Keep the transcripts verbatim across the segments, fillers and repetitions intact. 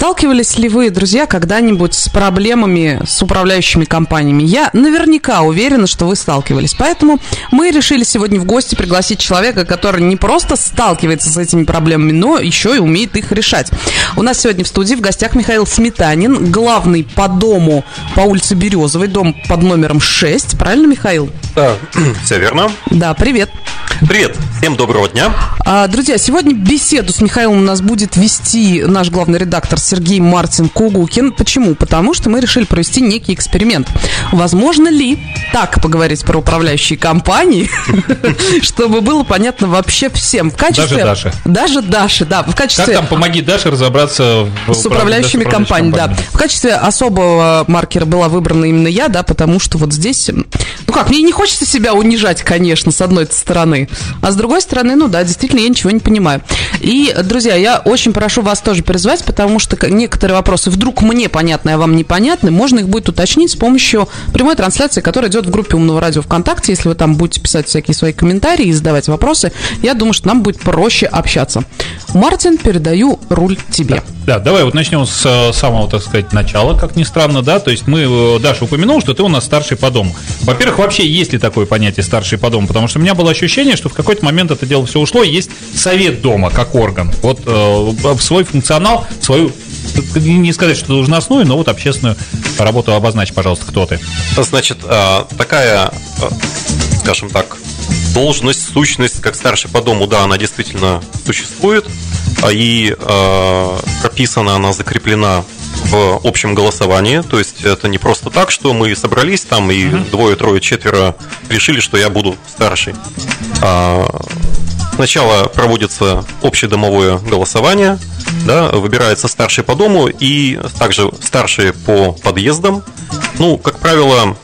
Сталкивались ли вы, друзья, когда-нибудь с проблемами с управляющими компаниями? Я наверняка уверена, что вы сталкивались. Поэтому мы решили сегодня в гости пригласить человека, который не просто сталкивается с этими проблемами, но еще и умеет их решать. У нас сегодня в студии в гостях Михаил Сметанин, главный по дому по улице Березовой, дом под номером шесть. Правильно, Михаил? Да, все верно. Да, привет. Привет, всем доброго дня. Друзья, сегодня беседу с Михаилом у нас будет вести наш главный редактор Сергей Мартин-Кугукин. Почему? Потому что мы решили провести некий эксперимент. Возможно ли так поговорить про управляющие компании, чтобы было понятно вообще всем? В качестве... Даже Даше. Даже Даше, да. В качестве... Как там помоги Даше разобраться в... с управляющими компаниями, да. В качестве особого маркера была выбрана именно я, да, потому что вот здесь... Ну как, мне не хочется себя унижать, конечно, с одной стороны. А с другой стороны, ну да, действительно, я ничего не понимаю. И, друзья, я очень прошу вас тоже призвать, потому что некоторые вопросы вдруг мне понятны, а вам непонятны, можно их будет уточнить с помощью прямой трансляции, которая идет в группе Умного радио ВКонтакте. Если вы там будете писать всякие свои комментарии и задавать вопросы, я думаю, что нам будет проще общаться. Мартин, передаю руль тебе. Да, да, давай вот начнем с самого, так сказать, начала, как ни странно, да, то есть мы, Даша упомянул, что ты у нас старший по дому. Во-первых, вообще есть ли такое понятие старший по дому? Потому что у меня было ощущение, что в какой-то момент это дело все ушло, есть совет дома как орган, вот э, в свой функционал, в свою, не сказать, что должностную, но вот общественную работу обозначь, пожалуйста, кто ты. Значит, такая, скажем так, должность, сущность, как старший по дому, да, она действительно существует, и э, прописана она, закреплена в общем голосовании. То есть это не просто так, что мы собрались там и uh-huh. двое, трое, четверо решили, что я буду старший. а, Сначала проводится общедомовое голосование, да, выбирается старший по дому и также старшие по подъездам. Ну, как правило,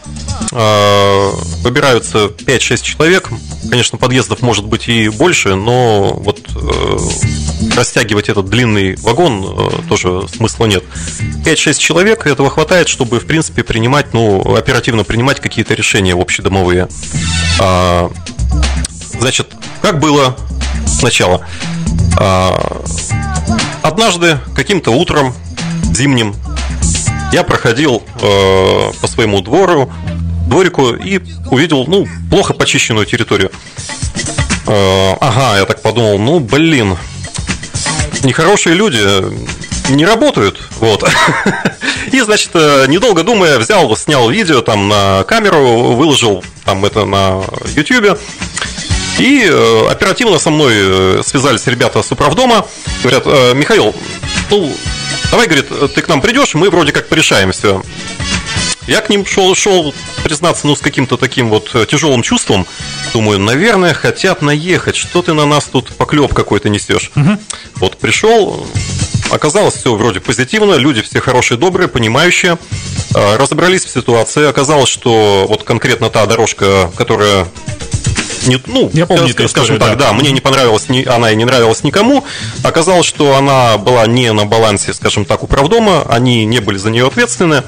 выбираются пять-шесть человек. Конечно, подъездов может быть и больше, но вот э, растягивать этот длинный вагон э, тоже смысла нет. пять-шесть человек, этого хватает, чтобы, в принципе, принимать, ну, оперативно принимать какие-то решения общедомовые. А, значит, как было сначала? А, однажды, каким-то утром зимним, я проходил э, по своему двору, дворику и увидел, ну, плохо почищенную территорию. Э, ага, я так подумал, ну, блин, нехорошие люди не работают, вот. И, значит, недолго думая, взял, снял видео там на камеру, выложил там это на ютубе. И э, оперативно со мной связались ребята с управдома. Говорят: Михаил, ну, давай, говорит, ты к нам придешь, мы вроде как порешаем все. Я к ним шел, шел, признаться, ну, с каким-то таким вот тяжелым чувством. Думаю, наверное, хотят наехать. Что ты на нас тут поклеп какой-то несешь? Угу. Вот пришел, оказалось все вроде позитивно. Люди все хорошие, добрые, понимающие. Разобрались в ситуации. Оказалось, что вот конкретно та дорожка, которая... Не, ну, я помню, скажем, скажем так, да. да, мне не понравилась, ни, она и не нравилась никому. Оказалось, что она была не на балансе, скажем так, управдома, они не были за нее ответственны.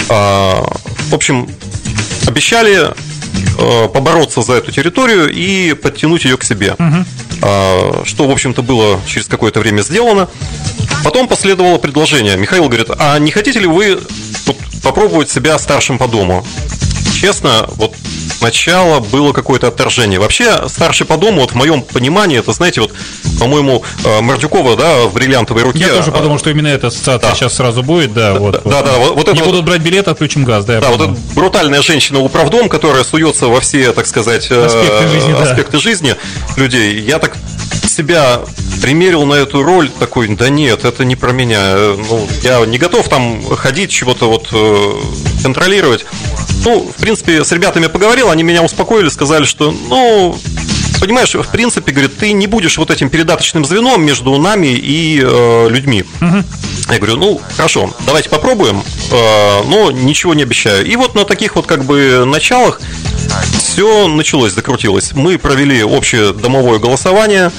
А, в общем, обещали а, побороться за эту территорию и подтянуть ее к себе. Угу. А, что, в общем-то, было через какое-то время сделано. Потом последовало предложение. Михаил говорит: а не хотите ли вы вот, попробовать себя старшим по дому? Честно, вот сначала было какое-то отторжение. Вообще, старший по дому, вот в моем понимании, это, знаете, вот, по-моему, Мордюкова, да, в «Бриллиантовой руке». Я тоже подумал, что именно эта ассоциация да. сейчас сразу будет, да. Да, вот, да, вот. да, вот, вот не это будут брать билет, отключим газ, да. Да, вот эта брутальная женщина управдом, которая суется во все, так сказать, аспекты жизни, аспекты да. жизни людей. Я так себя примерил на эту роль, такой: да нет, это не про меня. Ну, я не готов там ходить, чего-то вот контролировать. Ну, в принципе, с ребятами поговорил, они меня успокоили, сказали, что, ну, понимаешь, в принципе, говорит, ты не будешь вот этим передаточным звеном между нами и э, людьми. Угу. Я говорю, ну, хорошо, давайте попробуем, э, но ничего не обещаю. И вот на таких вот как бы началах все началось, закрутилось. Мы провели общее домовое голосование,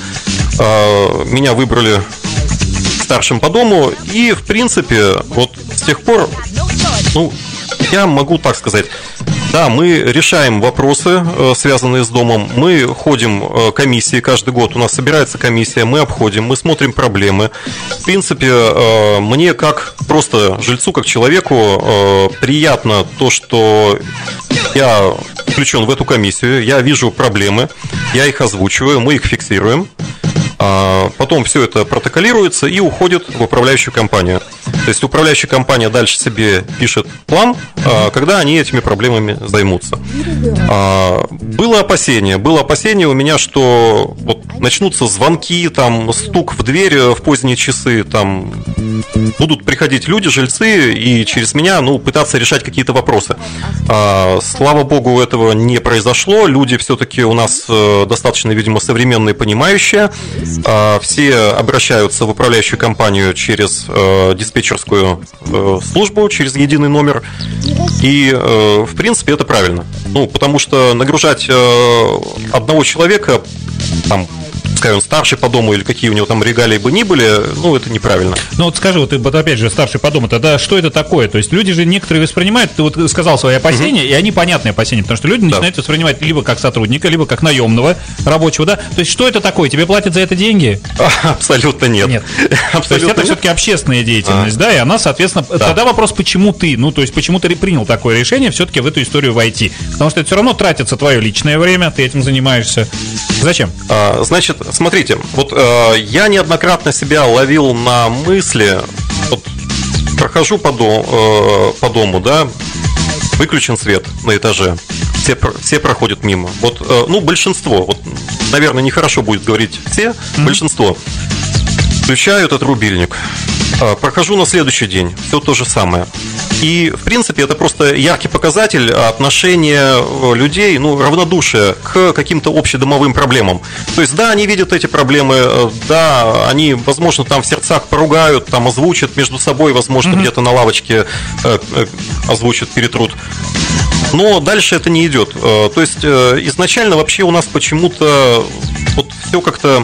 э, меня выбрали старшим по дому, и, в принципе, вот с тех пор, ну, я могу так сказать, Да, мы решаем вопросы, связанные с домом. Мы ходим комиссии каждый год. У нас собирается комиссия, мы обходим, мы смотрим проблемы. В принципе, мне как просто жильцу, как человеку приятно то, что я включен в эту комиссию, я вижу проблемы, я их озвучиваю, мы их фиксируем. Потом все это протоколируется и уходит в управляющую компанию. То есть управляющая компания дальше себе пишет план, когда они этими проблемами займутся. Было опасение, было опасение у меня, что вот начнутся звонки, там, стук в дверь в поздние часы, там будут приходить люди, жильцы, и через меня, ну, пытаться решать какие-то вопросы. Слава богу, этого не произошло. Люди все-таки у нас достаточно, видимо, современные, понимающие. Все обращаются в управляющую компанию через диспетчерскую службу, через единый номер. И, в принципе, это правильно. Ну, потому что нагружать одного человека, там, пускай он старший по дому или какие у него там регалии бы ни были, ну, это неправильно. Ну, вот скажи, вот ты, вот опять же, старший по дому, тогда что это такое? То есть люди же некоторые воспринимают, ты вот сказал свои опасения, угу. и они понятные опасения, потому что люди да. начинают воспринимать либо как сотрудника, либо как наемного рабочего, да? То есть что это такое? Тебе платят за это деньги? Абсолютно нет. Нет. Абсолютно то есть это нет. все-таки общественная деятельность, а. да, и она, соответственно, да. тогда вопрос, почему ты, ну, то есть почему ты принял такое решение все-таки в эту историю войти? Потому что это все равно тратится твое личное время, ты этим занимаешься. Зачем? А, значит, смотрите, вот э, я неоднократно себя ловил на мысли, вот, прохожу по, дом, э, по дому, да, выключен свет на этаже, все, все проходят мимо. Вот, э, ну, большинство, вот, наверное, нехорошо будет говорить все, mm-hmm. большинство включаю этот рубильник. Э, прохожу на следующий день, все то же самое. И, в принципе, это просто яркий показатель отношения людей, ну, равнодушия к каким-то общедомовым проблемам. То есть, да, они видят эти проблемы, да, они, возможно, там в сердцах поругают, там озвучат между собой, возможно, mm-hmm. где-то на лавочке э, э, озвучат, перетрут. Но дальше это не идет. То есть, изначально вообще у нас почему-то вот все как-то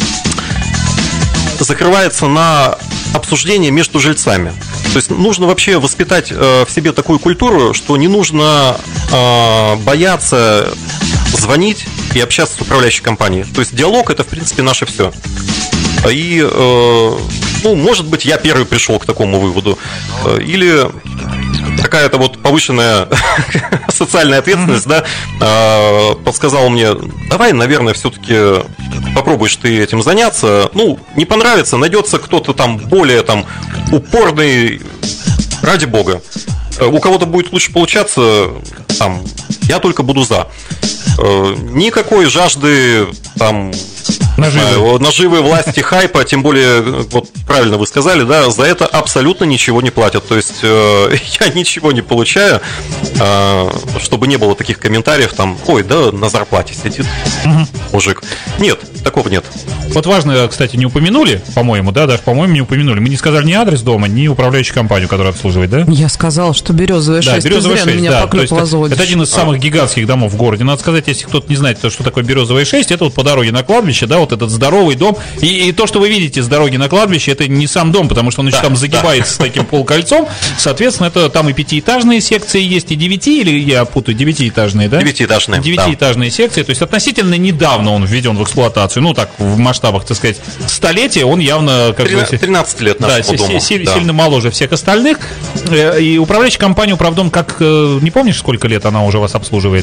закрывается на обсуждение между жильцами. То есть нужно вообще воспитать в себе такую культуру, что не нужно бояться звонить и общаться с управляющей компанией. То есть диалог – это, в принципе, наше все. И, ну, может быть, я первый пришел к такому выводу. Или какая-то вот повышенная социальная ответственность, да, подсказала мне, давай, наверное, все-таки попробуешь ты этим заняться. Ну, не понравится, найдется кто-то там более там упорный, ради бога. У кого-то будет лучше получаться, там, я только буду за. Никакой жажды там наживы, наживы власти, хайпа, тем более, вот правильно вы сказали, да, за это абсолютно ничего не платят. То есть э, я ничего не получаю, э, чтобы не было таких комментариев, там, ой, да, на зарплате сидит угу. мужик. Нет, такого нет. Вот важно, кстати, не упомянули, по-моему, да, даже, по-моему, не упомянули. Мы не сказали ни адрес дома, ни управляющую компанию, которая обслуживает, да? Я сказала, что Березовая шесть. Да, Березовая шесть, меня да. поклёпала заводишь. Это один из самых гигантских домов в городе. Надо сказать, если кто-то не знает, что такое Березовая шесть, это вот по дороге на кладбище, да, вот этот здоровый дом. И, и то, что вы видите с дороги на кладбище, это не сам дом, потому что он еще да, там загибается да. с таким полкольцом. Соответственно, это там и пятиэтажные секции есть, и девяти, или я путаю, девятиэтажные, да? Девятиэтажные. Девятиэтажные да. секции. То есть относительно недавно он введен в эксплуатацию. Ну, так, в масштабах, так сказать, столетия, он явно как тринадцать, бы... тринадцать лет нашему да, дому. Си- да. Сильно моложе всех остальных. И управляющая компания «Управдом», как, не помнишь, сколько лет она уже вас обслуживает?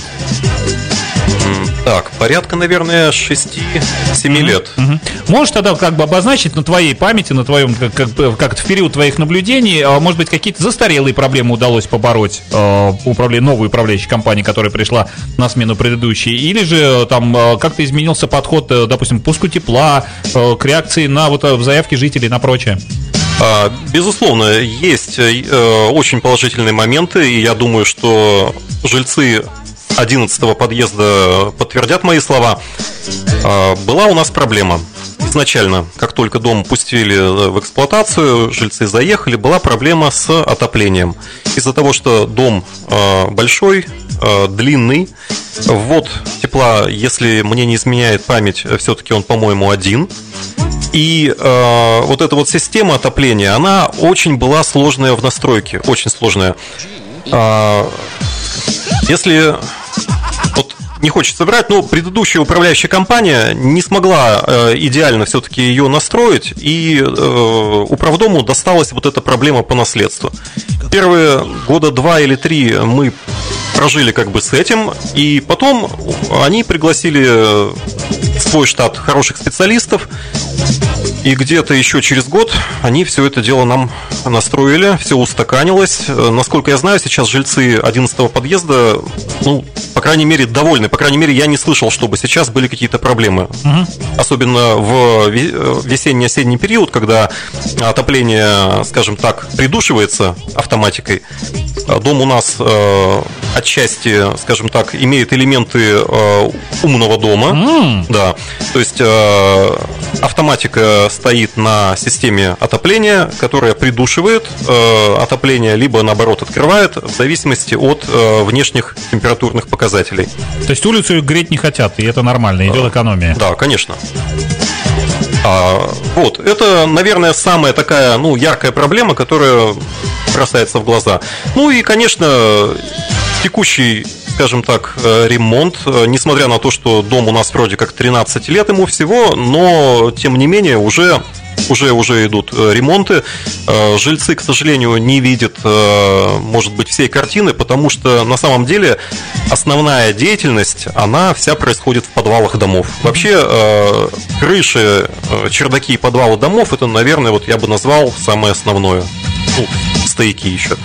Так, порядка, наверное, шесть-семь mm-hmm. лет. Mm-hmm. Можешь тогда как бы обозначить на твоей памяти, на твоем, как, как, как в период твоих наблюдений, может быть, какие-то застарелые проблемы удалось побороть э, управля... новой управляющей компании, которая пришла на смену предыдущей, или же там э, как-то изменился подход, э, допустим, к пуску тепла, э, к реакции на вот в заявки жителей, на прочее? Безусловно, есть э, очень положительные моменты, и я думаю, что жильцы одиннадцатого подъезда подтвердят мои слова. Была у нас проблема. Изначально, как только дом пустили в эксплуатацию, жильцы заехали, была проблема с отоплением. Из-за того, что дом большой, длинный, ввод тепла, если мне не изменяет память, все-таки он, по-моему, один. И э, вот эта вот система отопления, она очень была сложная в настройке, очень сложная. Если вот не хочется брать, но предыдущая управляющая компания не смогла э, идеально все-таки ее настроить, и э, управдому досталась вот эта проблема по наследству. Первые года два или три мы прожили как бы с этим, и потом они пригласили в свой штат хороших специалистов, и где-то еще через год они все это дело нам настроили, все устаканилось. Насколько я знаю, сейчас жильцы одиннадцатого подъезда, ну, по крайней мере, довольны. По крайней мере, я не слышал, чтобы сейчас были какие-то проблемы. Угу. Особенно в весенне-осенний период, когда отопление, скажем так, придушивается автоматикой. Дом у нас э, отчасти, скажем так, имеет элементы э, умного дома. Mm. Да. То есть э, автоматика стоит на системе отопления, которая придушивает э, отопление, либо наоборот открывает, в зависимости от э, внешних температурных показателей. То есть улицу греть не хотят, и это нормально, идет экономия. Да, конечно. А, вот, это, наверное, самая такая, ну, яркая проблема, которая бросается в глаза. Ну и, конечно, текущий, скажем так, ремонт, несмотря на то, что дом у нас вроде как тринадцать лет ему всего, но, тем не менее, уже... Уже, уже идут ремонты. Жильцы, к сожалению, не видят, может быть, всей картины, потому что на самом деле основная деятельность, она вся происходит в подвалах домов. Вообще, крыши, чердаки и подвалы домов, это, наверное, вот я бы назвал самое основное. Ну, стояки еще.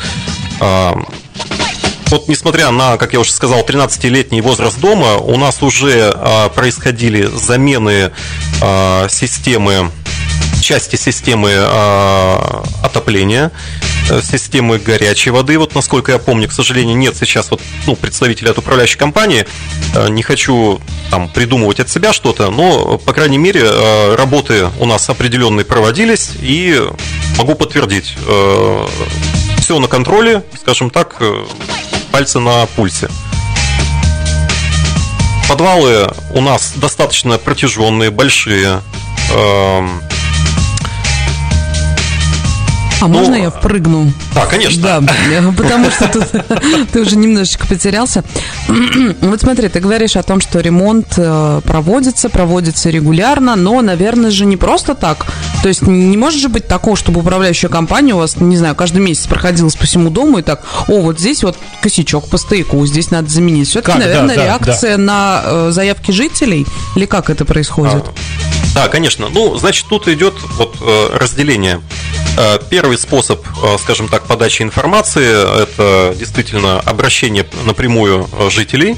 Вот несмотря на, как я уже сказал, тринадцатилетний возраст дома, у нас уже происходили замены системы, части системы э, отопления, системы горячей воды. Вот насколько я помню, к сожалению, нет сейчас вот, ну, представителя от управляющей компании. Э, не хочу там придумывать от себя что-то, но, по крайней мере, э, работы у нас определенные проводились, и могу подтвердить, э, все на контроле, скажем так, э, пальцы на пульсе. Подвалы у нас достаточно протяженные, большие. Э, А ну, можно я впрыгну? Да, конечно. Да, потому что тут ты уже немножечко потерялся. Вот смотри, ты говоришь о том, что ремонт проводится, проводится регулярно, но, наверное же, не просто так. То есть не может же быть такого, чтобы управляющая компания у вас, не знаю, каждый месяц проходилась по всему дому и так: о, вот здесь вот косячок по стояку, здесь надо заменить. Все-таки, наверное, да, реакция да, да. на э, заявки жителей, или как это происходит? А, да, конечно. Ну, значит, тут идет вот э, разделение. Первый способ, скажем так, подачи информации – это действительно обращение напрямую жителей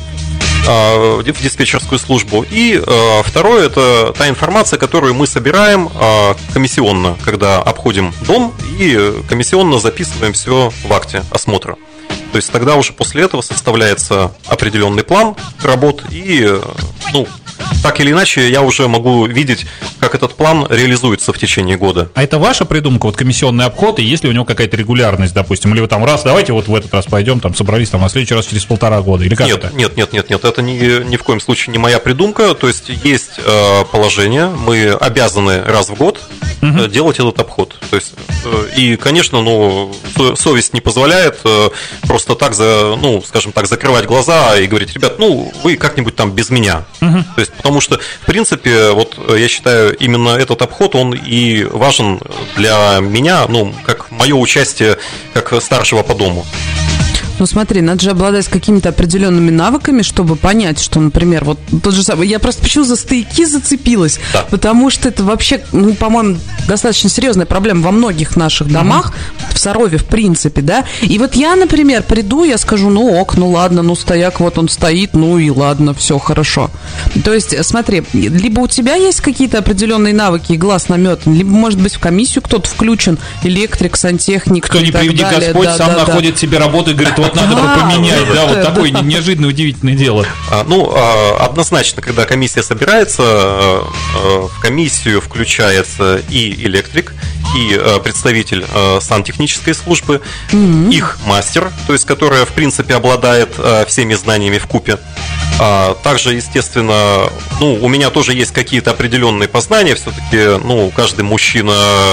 в диспетчерскую службу. И второе – это та информация, которую мы собираем комиссионно, когда обходим дом и комиссионно записываем все в акте осмотра. То есть тогда уже после этого составляется определенный план работ, и, ну, так или иначе, я уже могу видеть, как этот план реализуется в течение года. А это ваша придумка, вот комиссионный обход, и есть ли у него какая-то регулярность, допустим, или вы там раз, давайте вот в этот раз пойдем, там собрались там, а в следующий раз через полтора года, или как нет, это? Нет, нет, нет, нет, это ни, ни в коем случае не моя придумка, то есть есть э, положение, мы обязаны раз в год угу. делать этот обход. То есть, э, и, конечно, ну, совесть не позволяет э, просто так, за, ну, скажем так, закрывать глаза и говорить: ребят, ну, вы как-нибудь там без меня. Угу. То есть, потому что, в принципе, вот я считаю, именно этот обход, он и важен для меня, ну, как мое участие как старшего по дому. Ну смотри, надо же обладать какими-то определенными навыками, чтобы понять, что, например, вот тот же самый... Я просто почему за стояки зацепилась, да. Потому что это вообще, ну, по-моему, достаточно серьезная проблема во многих наших домах, mm-hmm. в Сарове, в принципе, да. И вот я, например, приду, я скажу: ну ок, ну ладно, ну стояк, вот он стоит, ну и ладно, все хорошо. То есть, смотри, либо у тебя есть какие-то определенные навыки и глаз наметан, либо, может быть, в комиссию кто-то включен, электрик, сантехник, кто не приведи Господь, да, сам да, находит да. себе работу и говорит: вот надо бы поменять, да, вот такое неожиданное, удивительное дело. Ну, однозначно, когда комиссия собирается, в комиссию включается и электрик, и представитель сантехнической службы, mm-hmm. их мастер, то есть которая, в принципе, обладает всеми знаниями вкупе. Также, естественно, ну, у меня тоже есть какие-то определенные познания, все-таки, ну, каждый мужчина,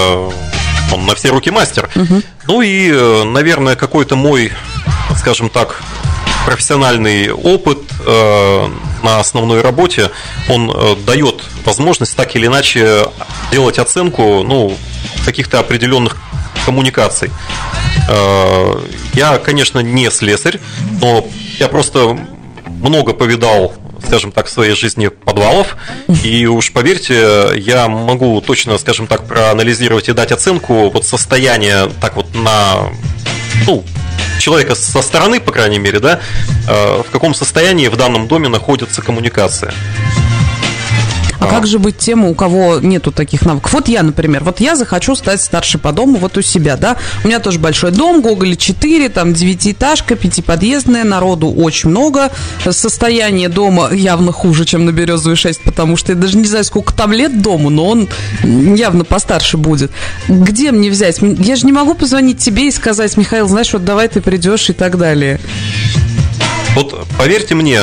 он на все руки мастер. Mm-hmm. Ну и, наверное, какой-то мой, скажем так, профессиональный опыт э, на основной работе, он э, дает возможность так или иначе делать оценку, ну, каких-то определенных коммуникаций. Э, я, конечно, не слесарь, но я просто много повидал, скажем так, в своей жизни подвалов, и уж поверьте, я могу точно, скажем так, проанализировать и дать оценку вот состояния так вот на, ну, человека со стороны, по крайней мере, да, в каком состоянии в данном доме находится коммуникация. А как же быть тем, у кого нету таких навыков? Вот я, например, вот я захочу стать старшей по дому вот у себя, да. У меня тоже большой дом, Гоголя четыре, там девятиэтажка, пятиподъездная, народу очень много. Состояние дома явно хуже, чем на Березовой шесть, потому что я даже не знаю, сколько там лет дому, но он явно постарше будет. Где мне взять? Я же не могу позвонить тебе и сказать: Михаил, знаешь, вот давай ты придешь и так далее. Вот поверьте мне,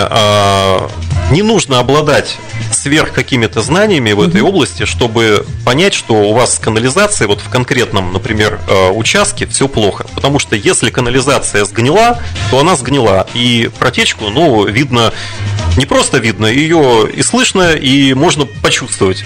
не нужно обладать сверх какими-то знаниями в этой области, чтобы понять, что у вас с канализацией вот в конкретном, например, участке все плохо. Потому что если канализация сгнила, то она сгнила. И протечку, ну, видно, не просто видно, ее и слышно, и можно почувствовать.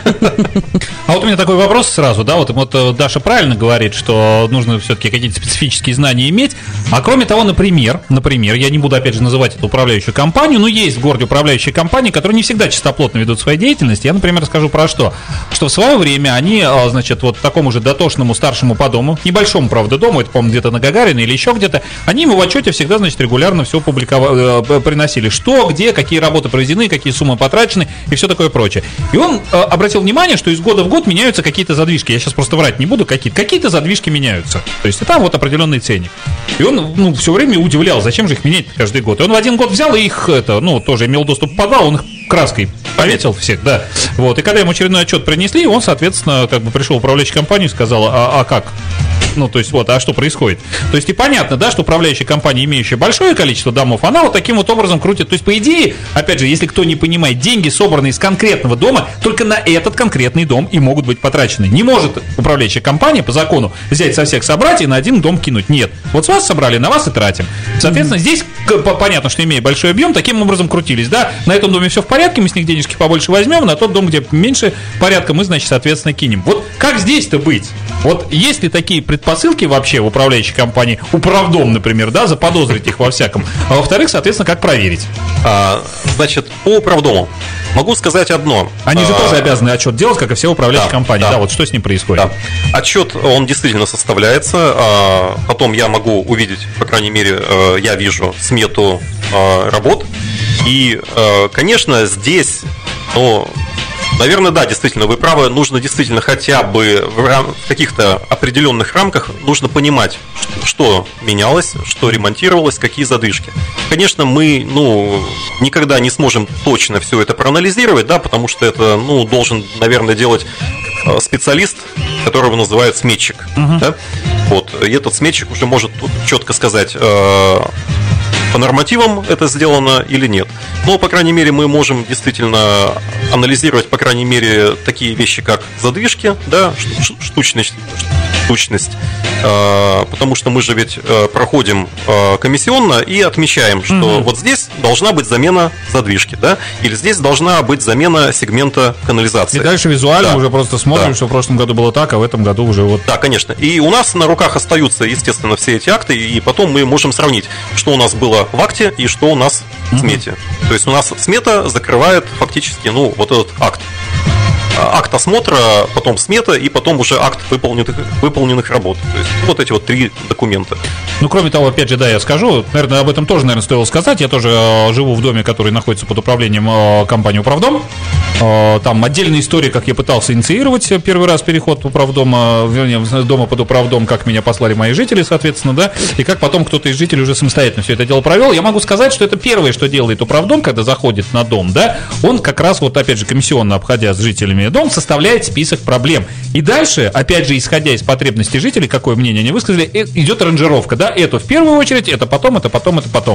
А вот у меня такой вопрос сразу, да, вот, вот Даша правильно говорит, что нужно все-таки какие-то специфические знания иметь. А кроме того, например, например, я не буду опять же называть эту управляющую компанию, но есть в городе управляющие компании, которые не всегда чистоплотно ведут свою деятельность. Я, например, расскажу про что. Что в свое время они, значит, вот такому же дотошному старшему по дому, небольшому, правда, дому, это, по-моему, где-то на Гагарина или еще где-то, они ему в отчете всегда, значит, регулярно все публиковали, приносили, что, где, какие работы проведены, какие суммы потрачены и все такое прочее. И он э, обратил внимание, что из года в год меняются какие-то задвижки. Я сейчас просто врать не буду, какие-то. Какие-то задвижки меняются. То есть там вот определенный ценник. И он, ну, все время удивлял, зачем же их менять каждый год. И он в один год взял и их, это, ну, тоже имел доступ к подвалу, он их краской пометил всех, да. Вот. И когда ему очередной отчет принесли, он, соответственно, как бы пришел в управляющую компанию и сказал: а, а как? Ну, то есть, вот, а что происходит? То есть, и понятно, да, что управляющая компания, имеющая большое количество домов, она вот таким вот образом крутит. То есть, по идее, опять же, если кто не понимает, деньги, собранные из конкретного дома, только на этот конкретный дом и могут быть потрачены. Не может управляющая компания по закону взять со всех собрать и на один дом кинуть. Нет. Вот с вас собрали, на вас и тратим. Соответственно, здесь понятно, что имея большой объем, таким образом крутились, да. На этом доме все в порядке, мы с них денежки побольше возьмем, на тот дом, где меньше порядка, мы, значит, соответственно, кинем. Вот как здесь-то быть? Вот есть ли такие предпосылки вообще в управляющей компании, управдом, например, да, заподозрить их во всяком, а во-вторых, соответственно, как проверить? А, значит, по управдому могу сказать одно. Они же а, тоже обязаны отчет делать, как и все управляющие да, компании, да. да, вот что с ним происходит? Да. Отчет, он действительно составляется, а, потом я могу увидеть, по крайней мере, я вижу смету а, работ, и, а, конечно, здесь, ну, наверное, да, действительно, вы правы, нужно действительно хотя бы в, рам- в каких-то определенных рамках нужно понимать, что, что менялось, что ремонтировалось, какие задвижки. Конечно, мы, ну, никогда не сможем точно все это проанализировать, да, потому что это, ну, должен, наверное, делать специалист, которого называют сметчик, uh-huh. да? Вот, и этот сметчик уже может четко сказать, э- по нормативам это сделано или нет. Но, по крайней мере, мы можем действительно анализировать, по крайней мере, такие вещи, как задвижки, да, штучность, штучность, потому что мы же ведь проходим комиссионно и отмечаем, что угу. вот здесь должна быть замена задвижки, да, или здесь должна быть замена сегмента канализации. И дальше визуально да. уже просто смотрим, да. что в прошлом году было так, а в этом году уже вот... Да, конечно. И у нас на руках остаются, естественно, все эти акты, и потом мы можем сравнить, что у нас было в акте и что у нас в смете. То есть у нас смета закрывает фактически, ну, вот этот акт. Акт осмотра, потом смета и потом уже акт выполненных, выполненных работ. То есть вот эти вот три документа. Ну, кроме того, опять же, да, я скажу, наверное, об этом тоже, наверное, стоило сказать. Я тоже э, живу в доме, который находится под управлением э, компании «Управдом». Э, там отдельная история, как я пытался инициировать первый раз переход управдома, вернее, дома под управдом, как меня послали мои жители, соответственно, да, и как потом кто-то из жителей уже самостоятельно все это дело провел. Я могу сказать, что это первое, что делает управдом, когда заходит на дом, да, он как раз вот, опять же, комиссионно обходя с жителями дом, составляет список проблем. И дальше, опять же, исходя из потребностей жителей, какое мнение они высказали, идет ранжировка, да, это в первую очередь, это потом, это потом, это потом.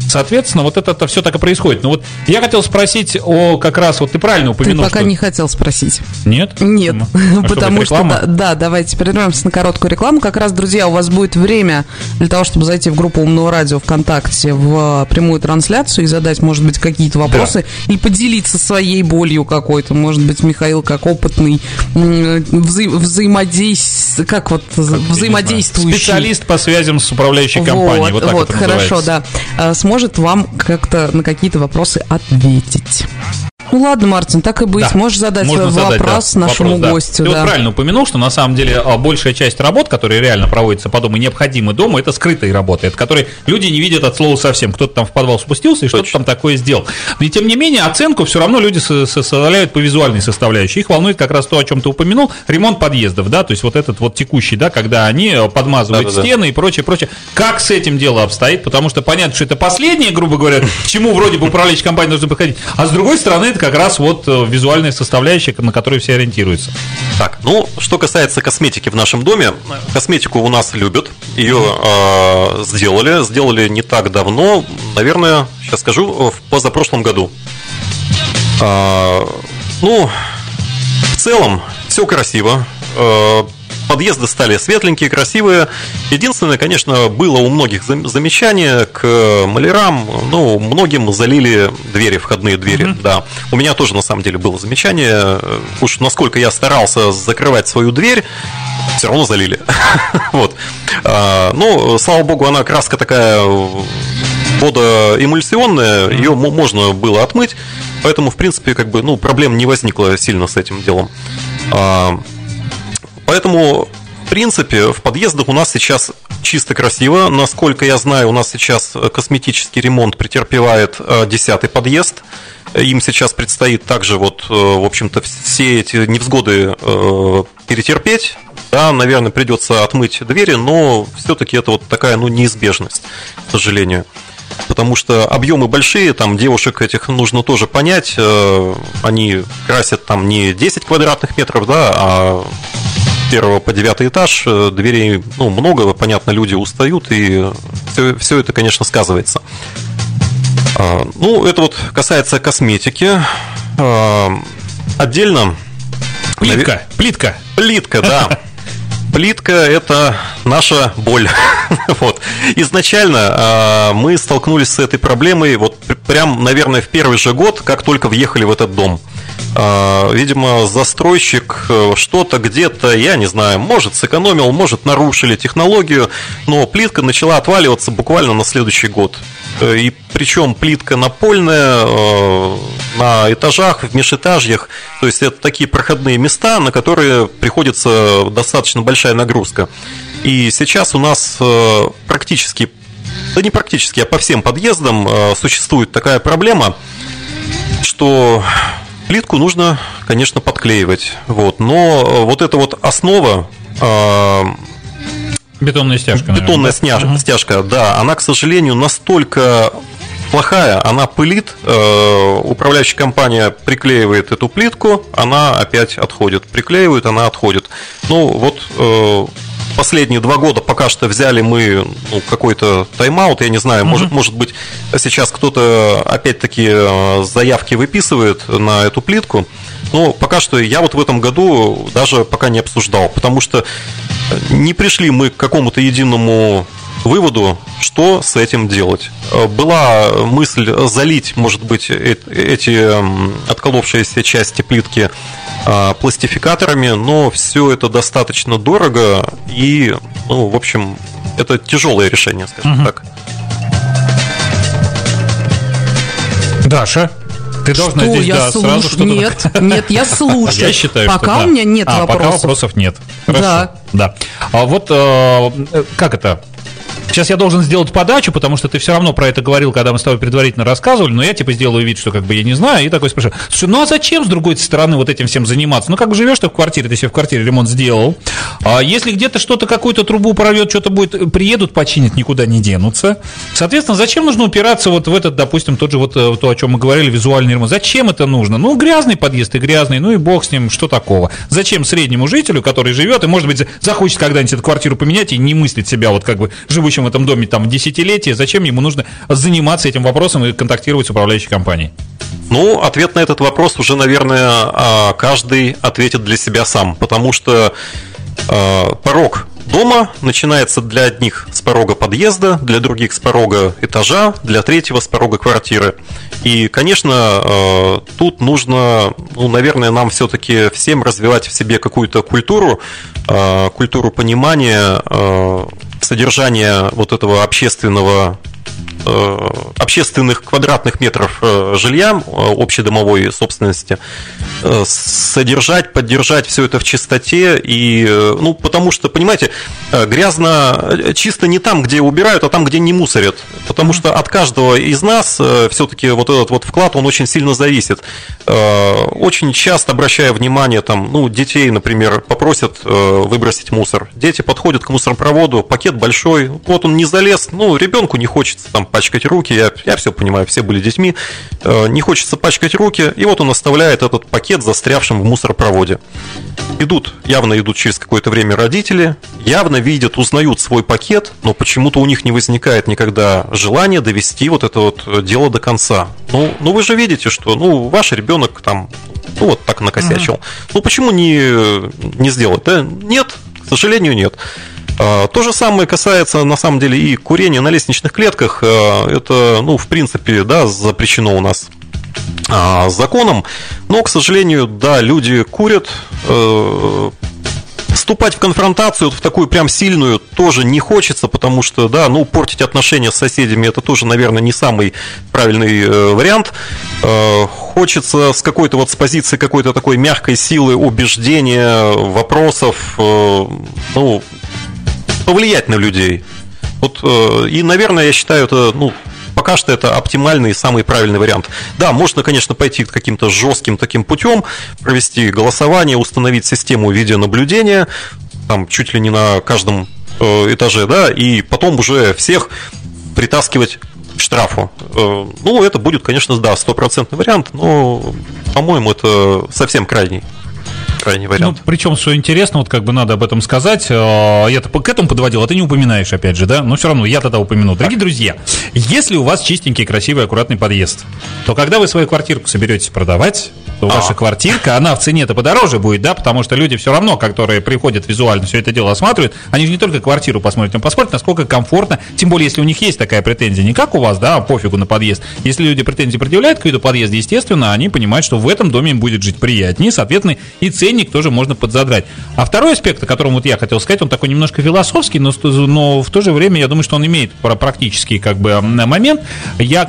Соответственно, вот это, это все так и происходит. Но вот я хотел спросить о как раз, вот ты правильно упомянул. Ты пока что... не хотел спросить. Нет? Нет, а потому что, да, да, давайте прервемся на короткую рекламу. Как раз, друзья, у вас будет время для того, чтобы зайти в группу Умного радио ВКонтакте в прямую трансляцию и задать, может быть, какие-то вопросы, да. И поделиться своей болью какой-то. Может быть, Михаил, как опытный вза- взаимодействие, как вот как взаимодействующий специалист по связям с управляющей компанией. Вот, вот так вот это хорошо, называется. Да, сможет вам как-то на какие-то вопросы ответить. Ну ладно, Мартин, так и быть. Да. Можешь задать Можно свой задать, вопрос да. нашему вопрос, гостю. Да. Ты да. вот правильно упомянул, что на самом деле большая часть работ, которые реально проводятся по дому и необходимы дома, это скрытые работы, от которые люди не видят от слова совсем. Кто-то там в подвал спустился и Точно. Что-то там такое сделал. Но и тем не менее, оценку все равно люди составляют по визуальной составляющей. Их волнует как раз то, о чем ты упомянул, ремонт подъездов, да, то есть вот этот вот текущий, да, когда они подмазывают да, да, стены да. и прочее, прочее. Как с этим дело обстоит? Потому что понятно, что это последнее, грубо говоря, к чему вроде бы управляющая компания должна подходить. А с другой стороны, это как раз вот визуальная составляющая, на которую все ориентируются. Так, ну, что касается косметики в нашем доме, косметику у нас любят, ее э, сделали, сделали не так давно, наверное, сейчас скажу, в позапрошлом году. Э, ну, в целом, все красиво, э, подъезды стали светленькие, красивые. Единственное, конечно, было у многих замечание к малярам. Ну, многим залили двери, входные двери. Mm-hmm. Да. У меня тоже, на самом деле, было замечание. Уж насколько я старался закрывать свою дверь, все равно залили. Вот. Ну, слава богу, она краска такая водоэмульсионная, ее можно было отмыть. Поэтому, в принципе, как бы, ну, проблем не возникло сильно с этим делом. Поэтому, в принципе, в подъездах у нас сейчас чисто красиво. Насколько я знаю, у нас сейчас косметический ремонт претерпевает десятый подъезд. Им сейчас предстоит также, вот, в общем-то, все эти невзгоды перетерпеть. Да, наверное, придется отмыть двери, но все-таки это вот такая, ну, неизбежность, к сожалению. Потому что объемы большие, там девушек этих нужно тоже понять. Они красят там не десять квадратных метров, да, а с первого по девятый этаж дверей, ну, много, понятно, люди устают, и все, все это, конечно, сказывается. Ну, это вот касается косметики. Отдельно... Плитка, плитка. Плитка, да. Плитка – это наша боль. Вот. Изначально мы столкнулись с этой проблемой вот прям, наверное, в первый же год, как только въехали в этот дом. Видимо, застройщик что-то где-то, я не знаю, может, сэкономил, может, нарушили технологию, но плитка начала отваливаться буквально на следующий год. И причем плитка напольная, на этажах, в межэтажьях. То есть это такие проходные места, на которые приходится достаточно большая нагрузка. И сейчас у нас практически, да не практически, а по всем подъездам существует такая проблема, что плитку нужно, конечно, подклеивать. Вот. Но вот эта вот основа... Бетонная стяжка. Бетонная сня... uh-huh. стяжка, да, она, к сожалению, настолько плохая, она пылит, э, управляющая компания приклеивает эту плитку, она опять отходит, приклеивает, она отходит. Ну, вот э, последние два года пока что взяли мы ну, какой-то тайм-аут, я не знаю, uh-huh. может, может быть, сейчас кто-то опять-таки заявки выписывает на эту плитку. Но пока что я вот в этом году даже пока не обсуждал, потому что не пришли мы к какому-то единому выводу, что с этим делать. Была мысль залить, может быть, эти отколовшиеся части плитки пластификаторами, но все это достаточно дорого и, ну, в общем, это тяжелое решение, скажем угу. так. Даша? Ты должна что, здесь я да, слуш... сразу что-то... Нет, нет, я слушаю. Я считаю, пока что у меня нет а, вопросов. Пока вопросов нет. Хорошо. Да. да. А вот э, как это? Сейчас я должен сделать подачу, потому что ты все равно про это говорил, когда мы с тобой предварительно рассказывали, но я типа сделаю вид, что как бы я не знаю, и такой спрашиваю, слушай, ну а зачем с другой стороны вот этим всем заниматься? Ну как бы живешь ты в квартире, ты себе в квартире ремонт сделал, а если где-то что-то, какую-то трубу прорвет, что-то будет, приедут, починят, никуда не денутся. Соответственно, зачем нужно упираться вот в этот, допустим, тот же вот то, о чем мы говорили, визуальный ремонт? Зачем это нужно? Ну грязный подъезд и грязный, ну и бог с ним, что такого? Зачем среднему жителю, который живет и, может быть, захочет когда-нибудь эту квартиру поменять и не мыслит себя вот как бы живущим живущим в этом доме там десятилетия, зачем ему нужно заниматься этим вопросом и контактировать с управляющей компанией? Ну, ответ на этот вопрос уже, наверное, каждый ответит для себя сам, потому что э, порог дома начинается для одних с порога подъезда, для других с порога этажа, для третьего с порога квартиры. И, конечно, э, тут нужно, ну, наверное, нам все-таки всем развивать в себе какую-то культуру, э, культуру понимания, э, содержания вот этого общественного общественных квадратных метров жилья общедомовой собственности, содержать, поддержать все это в чистоте. И, ну, потому что, понимаете, грязно чисто не там, где убирают, а там, где не мусорят. Потому что от каждого из нас все-таки вот этот вот вклад, он очень сильно зависит. Очень часто, обращая внимание, там, ну, детей, например, попросят выбросить мусор. Дети подходят к мусоропроводу, пакет большой, вот он не залез, ну, ребенку не хочется там пачкать руки, я, я все понимаю, все были детьми, не хочется пачкать руки, и вот он оставляет этот пакет застрявшим в мусоропроводе. Идут, явно идут через какое-то время родители, явно видят, узнают свой пакет, но почему-то у них не возникает никогда желания довести вот это вот дело до конца. Ну, ну вы же видите, что, ну, ваш ребенок там, ну, вот так накосячил. Uh-huh. Ну, почему не, не сделать? Да? Нет, к сожалению, нет. То же самое касается, на самом деле, и курения на лестничных клетках. Это, ну, в принципе, да, запрещено у нас законом. Но, к сожалению, да, люди курят. Вступать в конфронтацию, в такую прям сильную, тоже не хочется, потому что, да, ну, портить отношения с соседями — это тоже, наверное, не самый правильный вариант. Хочется с какой-то вот с позиции какой-то такой мягкой силы убеждения, вопросов, ну, повлиять на людей. Вот, и, наверное, я считаю, это, ну, пока что это оптимальный и самый правильный вариант. Да, можно, конечно, пойти каким-то жестким таким путем, провести голосование, установить систему видеонаблюдения, там чуть ли не на каждом этаже, да, и потом уже всех притаскивать к штрафу. Ну, это будет, конечно, да, стопроцентный вариант, но, по-моему, это совсем крайний. крайний вариант. Ну, причем, что интересно, вот как бы надо об этом сказать, я-то к этому подводил, а ты не упоминаешь, опять же, да, но все равно я тогда упомяну. Дорогие друзья, если у вас чистенький, красивый, аккуратный подъезд, то когда вы свою квартирку соберетесь продавать, то а. ваша квартирка, она в цене-то подороже будет, да, потому что люди все равно, которые приходят визуально, все это дело осматривают, они же не только квартиру посмотрят, но посмотрят, насколько комфортно, тем более, если у них есть такая претензия, не как у вас, да, пофигу на подъезд. Если люди претензии предъявляют к виду подъезда, естественно, они понимают, что в этом доме им будет жить приятнее, соответственно, и ценник тоже можно подзадрать. А второй аспект, о котором вот я хотел сказать, он такой немножко философский, но, но в то же время я думаю, что он имеет практический как бы момент. Я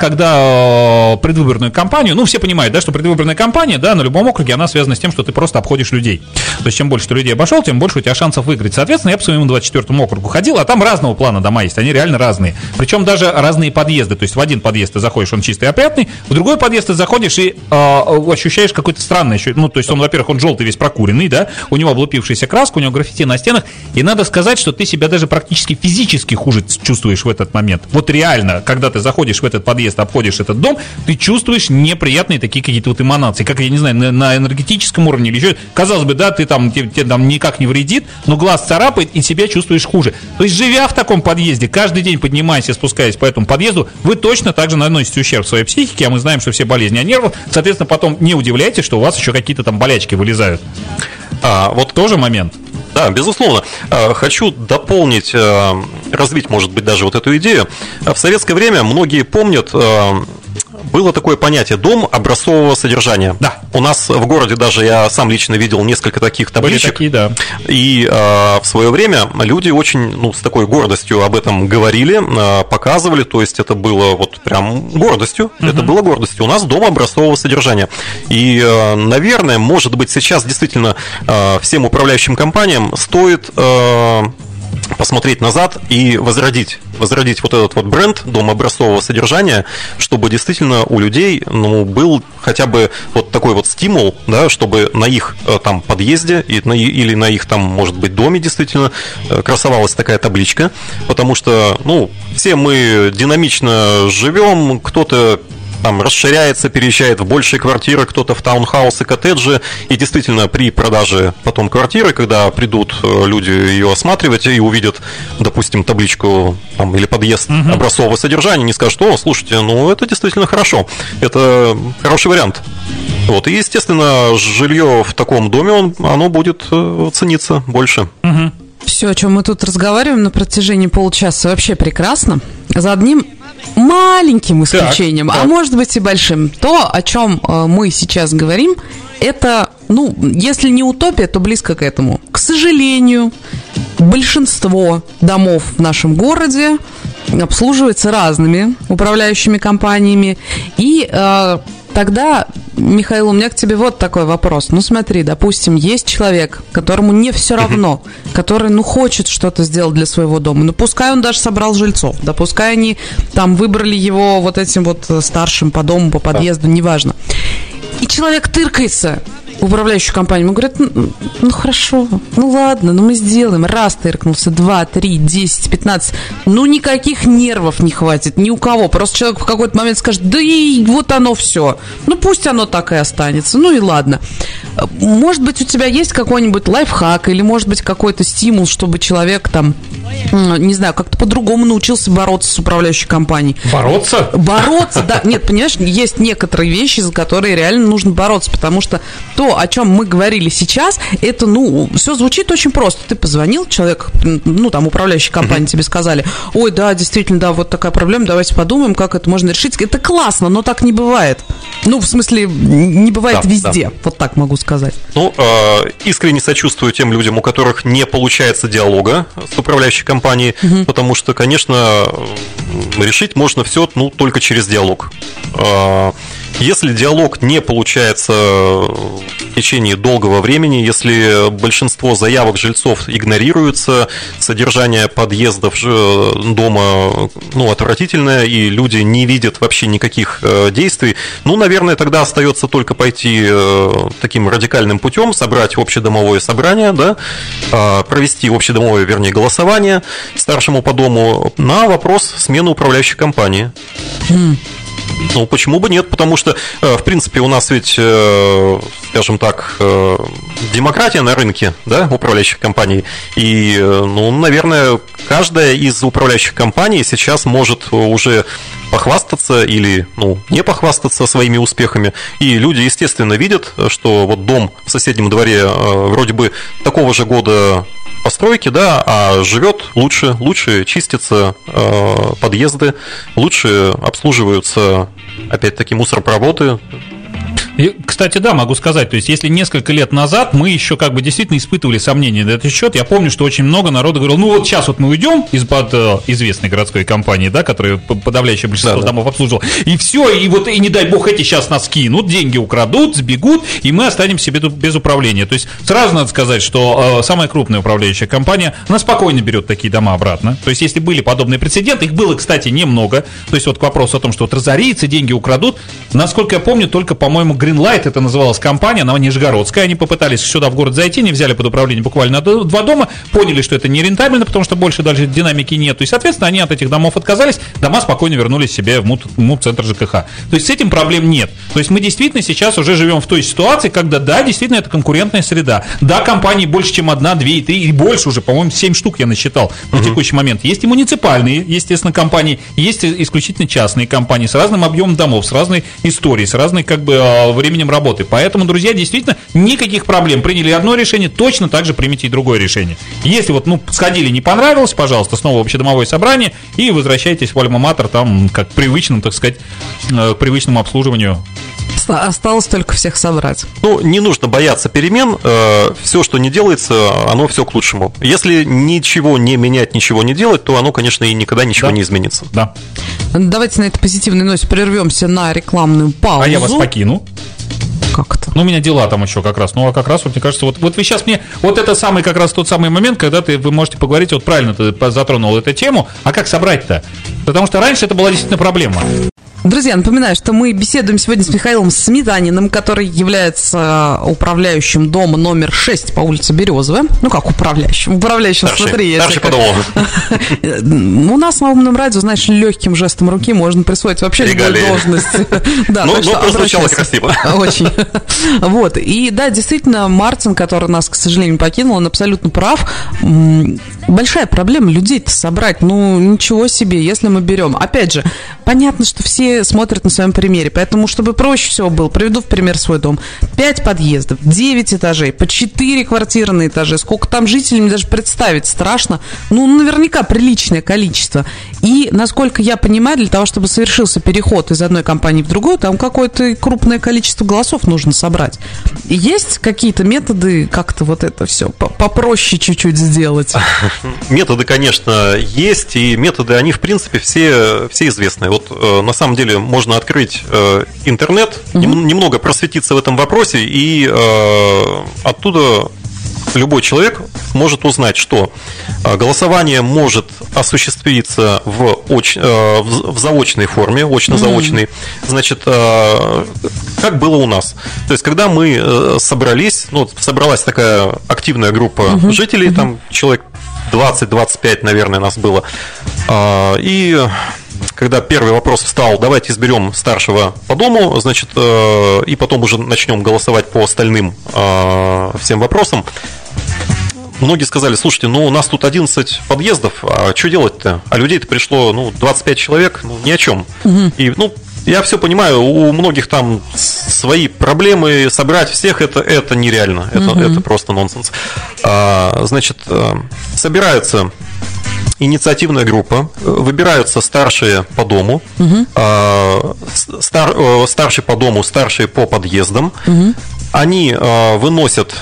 когда предвыборную кампанию, ну, все понимают, да, что предвыборная кампания, да, на любом округе, она связана с тем, что ты просто обходишь людей. То есть, чем больше ты людей обошел, тем больше у тебя шансов выиграть. Соответственно, я по своему двадцать четвёртому округу ходил, а там разного плана дома есть, они реально разные. Причем даже разные подъезды. То есть, в один подъезд ты заходишь, он чистый и опрятный, в другой подъезд ты заходишь и э, ощущаешь какой-то странный, ну, то есть, он, во-первых, он желтый, весь прокуренный, да, у него облупившаяся краска, у него граффити на стенах, и надо сказать, что ты себя даже практически физически хуже чувствуешь в этот момент. Вот реально, когда ты заходишь в этот подъезд, обходишь этот дом, ты чувствуешь неприятные такие какие-то вот эманации, как, я не знаю, на, на энергетическом уровне или еще. Казалось бы, да, ты там, тебе, тебе там никак не вредит, но глаз царапает, и себя чувствуешь хуже. То есть, живя в таком подъезде, каждый день поднимаясь и спускаясь по этому подъезду, вы точно так же наносите ущерб своей психике, а мы знаем, что все болезни от нервов, соответственно, потом не удивляйтесь, что у вас еще какие-то там болячки вылезают. А, вот тоже момент. Да, безусловно. Хочу дополнить, развить, может быть, даже вот эту идею. В советское время многие помнят, было такое понятие «дом образцового содержания». Да. У нас в городе даже я сам лично видел несколько таких табличек. Были такие, да. И э, в свое время люди очень, ну, с такой гордостью об этом говорили, э, показывали. То есть это было вот прям гордостью. Uh-huh. Это было гордостью. У нас дом образцового содержания. И, э, наверное, может быть, сейчас действительно э, всем управляющим компаниям стоит... Э, посмотреть назад и возродить, возродить вот этот вот бренд дом образцового содержания, чтобы действительно у людей, ну, был хотя бы вот такой вот стимул, да, чтобы на их там подъезде или на их там, может быть, доме действительно красовалась такая табличка, потому что, ну, все мы динамично живем, кто-то там расширяется, переезжает в большие квартиры, кто-то в таунхаусы, коттеджи. И действительно, при продаже потом квартиры, когда придут люди ее осматривать и увидят, допустим, табличку там, или подъезд угу. образцового содержания, не скажут: о, слушайте, ну это действительно хорошо, это хороший вариант. Вот. И, естественно, жилье в таком доме, он, оно будет цениться больше. Угу. Все, о чем мы тут разговариваем на протяжении получаса, вообще прекрасно. За одним маленьким исключением, так, а так. может быть и большим. То, о чем мы сейчас говорим, это, ну, если не утопия, то близко к этому. К сожалению, большинство домов в нашем городе обслуживается разными управляющими компаниями. И э, тогда, Михаил, у меня к тебе вот такой вопрос. Ну смотри, допустим, есть человек, которому не все равно, который, ну, хочет что-то сделать для своего дома. Ну, пускай он даже собрал жильцов, да пускай они там выбрали его вот этим вот старшим по дому, по подъезду, неважно. И человек тыркается в управляющую компанию. Ему говорят: ну, ну хорошо, ну ладно, ну мы сделаем. Раз тыркнулся, два, три, десять, пятнадцать. Ну никаких нервов не хватит ни у кого. Просто человек в какой-то момент скажет: да и вот оно все. Ну пусть оно так и останется. Ну и ладно. Может быть, у тебя есть какой-нибудь лайфхак или, может быть, какой-то стимул, чтобы человек там, не знаю, как-то по-другому научился бороться с управляющей компанией. Бороться? Бороться, да. Нет, понимаешь, есть некоторые вещи, за которые реально нужно бороться, потому что то, о чем мы говорили сейчас, это, ну, все звучит очень просто. Ты позвонил, человек, ну, там, управляющей компании тебе сказали: ой, да, действительно, да, вот такая проблема, давайте подумаем, как это можно решить. Это классно, но так не бывает. Ну, в смысле, не бывает да, везде, да. Вот так могу сказать. Ну, э, искренне сочувствую тем людям, у которых не получается диалога с управляющей компанией, угу. потому что, конечно, решить можно все, ну, только через диалог. Э, если диалог не получается в течение долгого времени, если большинство заявок жильцов игнорируется, содержание подъездов дома, ну, отвратительное, и люди не видят вообще никаких действий, ну, наверное, тогда остается только пойти таким радикальным путем, собрать общедомовое собрание, да, провести общедомовое, вернее, голосование старшему по дому на вопрос смены управляющей компании. Mm. Ну, почему бы нет? Потому что, в принципе, у нас ведь, скажем так, демократия на рынке, да, управляющих компаний. И, ну, наверное, каждая из управляющих компаний сейчас может уже похвастаться или, ну, не похвастаться своими успехами. И люди, естественно, видят, что вот дом в соседнем дворе вроде бы такого же года постройки, да, а живет лучше, лучше чистятся э, подъезды, лучше обслуживаются, опять-таки, мусоропроводы. И, кстати, да, могу сказать, то есть если несколько лет назад мы еще как бы действительно испытывали сомнения на этот счет, я помню, что очень много народу говорил: ну вот сейчас вот мы уйдем из-под э, известной городской компании, да, которая подавляющее большинство да, домов да. обслуживала, и все, и вот, и не дай бог, эти сейчас нас кинут, деньги украдут, сбегут, и мы останемся без, без управления. То есть сразу надо сказать, что э, самая крупная управляющая компания, она спокойно берет такие дома обратно. То есть если были подобные прецеденты, их было, кстати, немного. То есть вот к вопросу о том, что вот разорится, деньги украдут, насколько я помню, только, по-моему, Greenlight, это называлась компания, она нижегородская, они попытались сюда в город зайти, не взяли под управление буквально два дома, поняли, что это нерентабельно, потому что больше дальше динамики нет, и, соответственно, они от этих домов отказались, дома спокойно вернулись себе в МУП-центр ЖКХ. То есть с этим проблем нет. То есть мы действительно сейчас уже живем в той ситуации, когда, да, действительно, это конкурентная среда. Да, компаний больше, чем одна, две и три, и больше уже, по-моему, семь штук я насчитал на uh-huh. текущий момент. Есть и муниципальные, естественно, компании, есть исключительно частные компании с разным объемом домов, с разной историей, с разной, как бы, временем работы. Поэтому, друзья, действительно, никаких проблем. Приняли одно решение, точно так же примите и другое решение. Если вот, ну, сходили, не понравилось, пожалуйста, снова общедомовое собрание и возвращайтесь в альма-матер, там, как к привычному, так сказать, к привычному обслуживанию. Осталось только всех собрать. Ну, не нужно бояться перемен. Все, что не делается, оно все к лучшему. Если ничего не менять, ничего не делать, то оно, конечно, и никогда ничего да. не изменится. Да. Давайте на этой позитивной ноте прервемся на рекламную паузу. А я вас покину. Как-то. Ну, у меня дела там еще как раз. Ну, а как раз, вот, мне кажется, вот, вот вы сейчас мне... Вот это самый как раз тот самый момент, когда ты, вы можете поговорить, вот правильно ты затронул эту тему. А как собрать-то? Потому что раньше это была действительно проблема. Друзья, напоминаю, что мы беседуем сегодня с Михаилом Сметаниным, который является управляющим дома номер шесть по улице Березовая. Ну, как управляющим? Управляющим, старший, смотри. Старший по дому. У нас на умном радио, знаешь, легким жестом руки можно присвоить вообще любую должность. Да, ну, ну, прозвучало красиво. Очень. Вот. И да, действительно, Мартин, который нас, к сожалению, покинул, он абсолютно прав. Большая проблема людей-то собрать. Ну, ничего себе, если мы берем. Опять же, понятно, что все смотрят на своем примере, поэтому, чтобы проще всего было, приведу в пример свой дом. Пять подъездов, девять этажей, по четыре квартиры на этаже. Сколько там жителей, мне даже представить страшно. Ну, наверняка приличное количество. И, насколько я понимаю, для того, чтобы совершился переход из одной компании в другую, там какое-то крупное количество голосов нужно собрать. И есть какие-то методы как-то вот это все попроще чуть-чуть сделать? Методы, конечно, есть, и методы, они, в принципе, все, все известны. Вот, на самом деле, можно открыть э, интернет, угу. нем, немного просветиться в этом вопросе, и э, оттуда любой человек может узнать, что э, голосование может осуществиться в, оч, э, в, в заочной форме, очно-заочной. Угу. Значит, э, как было у нас. То есть, когда мы э, собрались, ну, собралась такая активная группа угу. жителей, угу. там человек двадцать-двадцать пять, наверное, нас было, э, и... Когда первый вопрос встал, давайте изберем старшего по дому, значит, э, и потом уже начнем голосовать по остальным э, всем вопросам. Многие сказали, слушайте, ну у нас тут одиннадцать подъездов, а что делать-то? А людей-то пришло, ну, двадцать пять человек, ну, ни о чем. Угу. И, ну, я все понимаю, у многих там свои проблемы, собрать всех это, это нереально, это, угу. это просто нонсенс. А, значит, собираются... Инициативная группа, выбираются старшие по дому, угу. стар, старшие по дому, старшие по подъездам. Угу. Они выносят,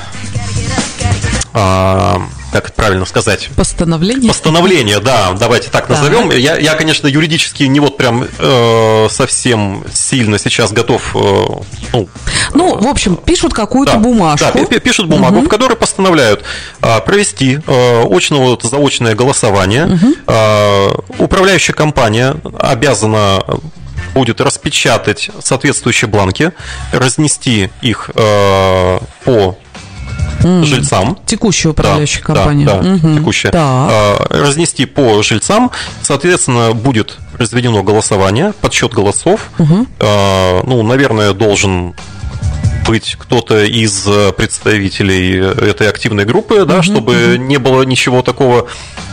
как это правильно сказать? Постановление? Постановление, да, давайте так назовем. Я, я, конечно, юридически не вот прям э, совсем сильно сейчас готов. Э, ну, ну, в общем, пишут какую-то да, бумажку. Да, пишут бумагу, угу. в которой постановляют э, провести э, очно-заочное голосование. Угу. Э, управляющая компания обязана будет распечатать соответствующие бланки, разнести их э, по Mm. жильцам. Текущая управляющая да, компания. Да, да угу. текущая. Да. Разнести по жильцам. Соответственно, будет произведено голосование, подсчет голосов. Угу. Ну, наверное, должен быть кто-то из представителей этой активной группы, да, угу, чтобы угу. не было ничего такого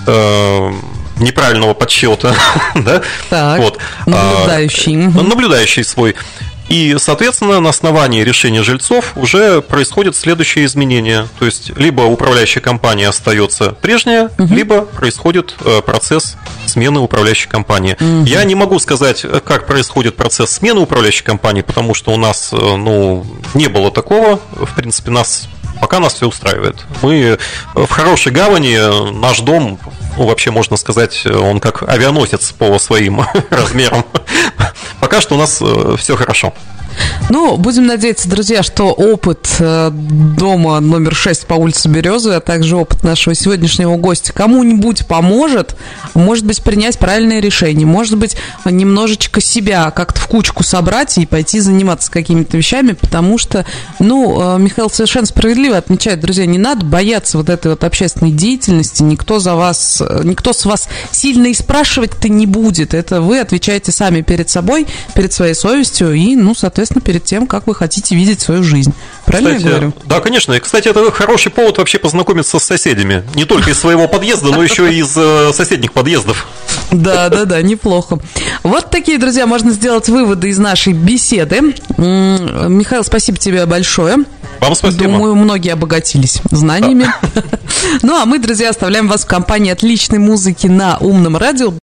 э, неправильного подсчета. Да? Так, вот. Наблюдающий. Угу. Наблюдающий свой. И, соответственно, на основании решения жильцов уже происходят следующие изменения. То есть, либо управляющая компания остается прежняя, угу. либо происходит процесс смены управляющей компании. Угу. Я не могу сказать, как происходит процесс смены управляющей компании, потому что у нас, ну, не было такого. В принципе, нас пока нас все устраивает. Мы в хорошей гавани, наш дом, ну, вообще можно сказать, он как авианосец по своим размерам. Пока что у нас все хорошо. Ну, будем надеяться, друзья, что опыт дома номер шесть по улице Березовой, а также опыт нашего сегодняшнего гостя кому-нибудь поможет, может быть, принять правильное решение, может быть, немножечко себя как-то в кучку собрать и пойти заниматься какими-то вещами, потому что, ну, Михаил совершенно справедливо отмечает, друзья, не надо бояться вот этой вот общественной деятельности, никто за вас, никто с вас сильно и спрашивать-то не будет, это вы отвечаете сами перед собой, перед своей совестью и, ну, соответственно, перед тем, как вы хотите видеть свою жизнь. Правильно кстати, я говорю? Да, конечно. И, кстати, это хороший повод вообще познакомиться с соседями. Не только из своего подъезда, но еще и из соседних подъездов. Да, да, да, неплохо. Вот такие, друзья, можно сделать выводы из нашей беседы. Михаил, спасибо тебе большое. Вам спасибо. Думаю, многие обогатились знаниями. Ну, а мы, друзья, оставляем вас в компании отличной музыки на Умном радио.